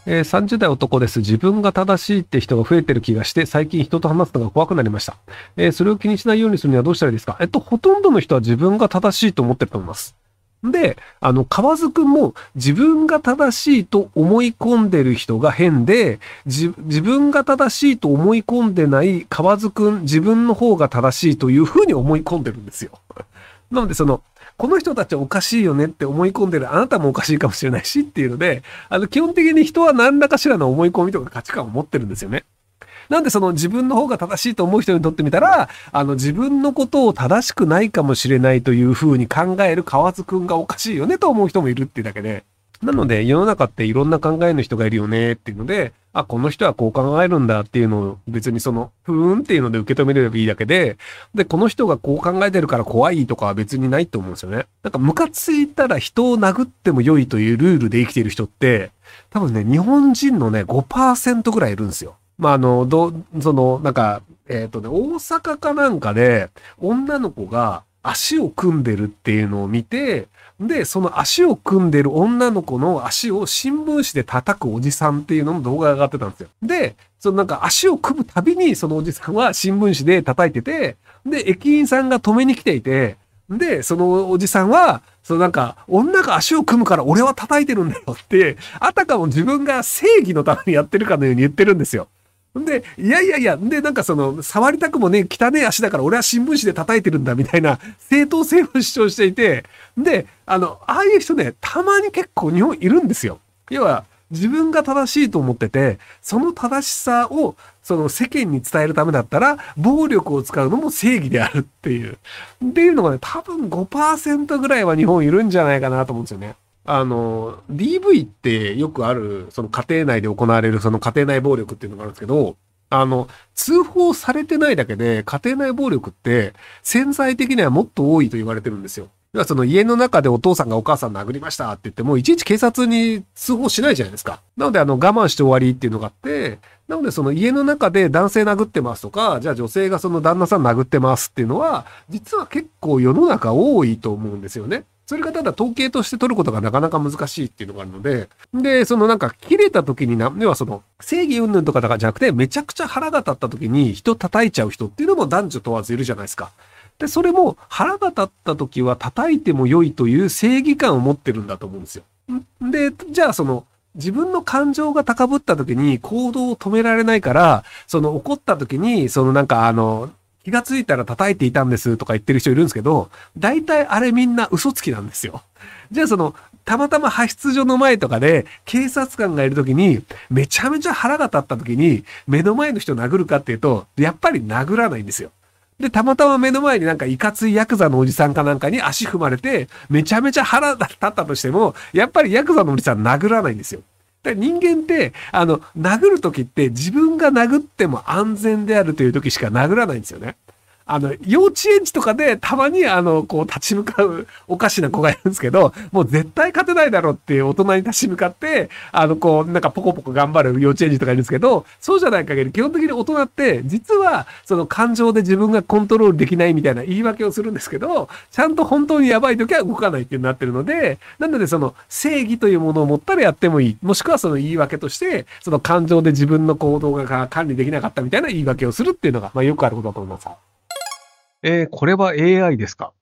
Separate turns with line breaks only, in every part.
30代男です。自分が正しいって人が増えてる気がして、最近人と話すのが怖くなりました。それを気にしないようにするにはどうしたらいいですか？ほとんどの人は自分が正しいと思ってると思います。で、河津くんも自分が正しいと思い込んでる人が変で、自分が正しいと思い込んでない河津くん、自分の方が正しいというふうに思い込んでるんですよ。なのでこの人たちはおかしいよねって思い込んでるあなたもおかしいかもしれないしっていうので、基本的に人は何らかしらの思い込みとか価値観を持ってるんですよね。なんで自分の方が正しいと思う人にとってみたら、自分のことを正しくないかもしれないというふうに考える河津くんがおかしいよねと思う人もいるっていうだけで、なので世の中っていろんな考えの人がいるよねっていうので、あ、この人はこう考えるんだっていうのを別にふーんっていうので受け止めればいいだけで、で、この人がこう考えてるから怖いとかは別にないと思うんですよね。なんかムカついたら人を殴っても良いというルールで生きている人って、多分ね、日本人のね、5%ぐらいいるんですよ。まあ、なんか、大阪かなんかで、女の子が足を組んでるっていうのを見て、で、その足を組んでる女の子の足を新聞紙で叩くおじさんっていうのの動画が上がってたんですよ。で、なんか足を組むたびにそのおじさんは新聞紙で叩いてて、で、駅員さんが止めに来ていて、で、そのおじさんは、なんか、女が足を組むから俺は叩いてるんだよって、あたかも自分が正義のためにやってるかのように言ってるんですよ。で、いやいやいや、で、なんか触りたくもね、汚ね足だから俺は新聞紙で叩いてるんだみたいな正当性を主張していて、で、ああいう人ね、たまに結構日本いるんですよ。要は、自分が正しいと思ってて、その正しさを、世間に伝えるためだったら、暴力を使うのも正義であるっていうのがね、多分5%ぐらいは日本いるんじゃないかなと思うんですよね。DV ってよくある、家庭内で行われる家庭内暴力っていうのがあるんですけど、通報されてないだけで家庭内暴力って潜在的にはもっと多いと言われてるんですよ。要は家の中でお父さんがお母さん殴りましたって言っても、いちいち警察に通報しないじゃないですか。なので我慢して終わりっていうのがあって、なので家の中で男性殴ってますとか、じゃあ女性が旦那さん殴ってますっていうのは、実は結構世の中多いと思うんですよね。それがただ統計として取ることがなかなか難しいっていうのがあるので、で、なんか切れた時に要は正義云々とかじゃなくて、めちゃくちゃ腹が立った時に人叩いちゃう人っていうのも男女問わずいるじゃないですか。で、それも腹が立った時は叩いても良いという正義感を持ってるんだと思うんですよ。で、じゃあ自分の感情が高ぶった時に行動を止められないから、怒った時に、なんか気がついたら叩いていたんですとか言ってる人いるんですけど、大体あれみんな嘘つきなんですよ。じゃあたまたま派出所の前とかで警察官がいる時に、めちゃめちゃ腹が立った時に、目の前の人を殴るかっていうと、やっぱり殴らないんですよ。で、たまたま目の前になんかいかついヤクザのおじさんかなんかに足踏まれて、めちゃめちゃ腹立ったとしても、やっぱりヤクザのおじさん殴らないんですよ。で人間って、殴るときって自分が殴っても安全であるというときしか殴らないんですよね。幼稚園児とかでたまに立ち向かうおかしな子がいるんですけど、もう絶対勝てないだろうっていう大人に立ち向かって、なんかポコポコ頑張る幼稚園児とかいるんですけど、そうじゃない限り基本的に大人って、実は感情で自分がコントロールできないみたいな言い訳をするんですけど、ちゃんと本当にやばい時は動かないっていうなってるので、なので正義というものを持ったらやってもいい。もしくは言い訳として、感情で自分の行動が管理できなかったみたいな言い訳をするっていうのが、まあよくあることだと思います。これは AI ですか？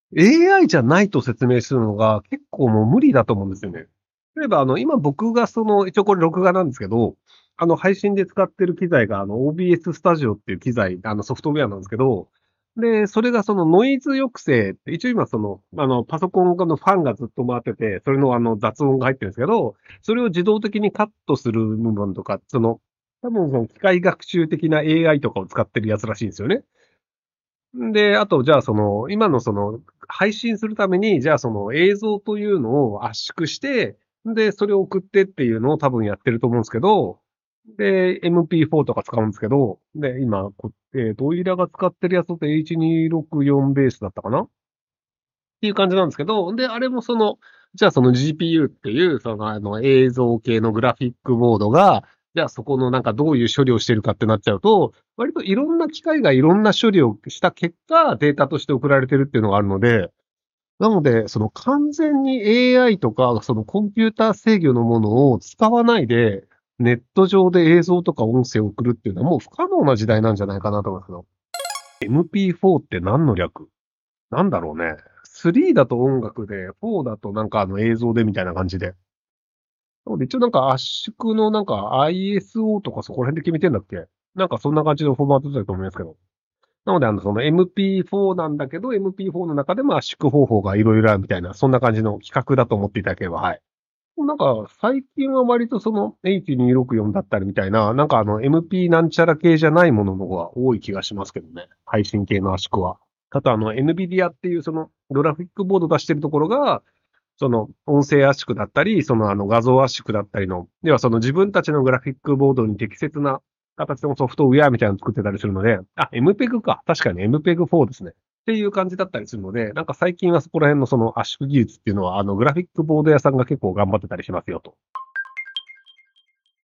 AI じゃないと説明するのが結構もう無理だと思うんですよね。例えば今僕が一応これ録画なんですけど、配信で使ってる機材がOBS スタジオっていう機材、ソフトウェアなんですけど、で、それがノイズ抑制って、一応今パソコンのファンがずっと回ってて、それの雑音が入ってるんですけど、それを自動的にカットする部分とか、多分機械学習的な AI とかを使ってるやつらしいんですよね。で、あと、じゃあ今の配信するために、じゃあ映像というのを圧縮して、で、それを送ってっていうのを多分やってると思うんですけど、で、MP4 とか使うんですけど、で、今、オイラが使ってるやつって H264 ベースだったかなっていう感じなんですけど、で、あれもじゃあGPU っていう、映像系のグラフィックボードが、じゃあそこのなんかどういう処理をしてるかってなっちゃうと、割といろんな機械がいろんな処理をした結果、データとして送られてるっていうのがあるので、なので、完全に AI とか、コンピューター制御のものを使わないで、 ネット上で映像とか音声を送るっていうのはもう不可能な時代なんじゃないかなと思いますけど。MP4 って何の略なんだろうね。3だと音楽で、4だとなんか映像でみたいな感じで。なので一応なんか圧縮のなんか ISO とかそこら辺で決めてんだっけなんかそんな感じのフォーマットだと思いますけど。なのでその MP4 なんだけど、MP4 の中でも圧縮方法がいろいろあるみたいな、そんな感じの企画だと思っていただければ、はい。なんか、最近は割とその H264 だったりみたいな、なんかMP なんちゃら系じゃないものの方が多い気がしますけどね。配信系の圧縮は。あとNVIDIA っていうそのグラフィックボード出してるところが、その音声圧縮だったり、その画像圧縮だったりの、ではその自分たちのグラフィックボードに適切な形のソフトウェアみたいなのを作ってたりするので、MPEG か。確かに MPEG4 ですね。っていう感じだったりするので、なんか最近はそこら辺のその圧縮技術っていうのは、グラフィックボード屋さんが結構頑張ってたりしますよと。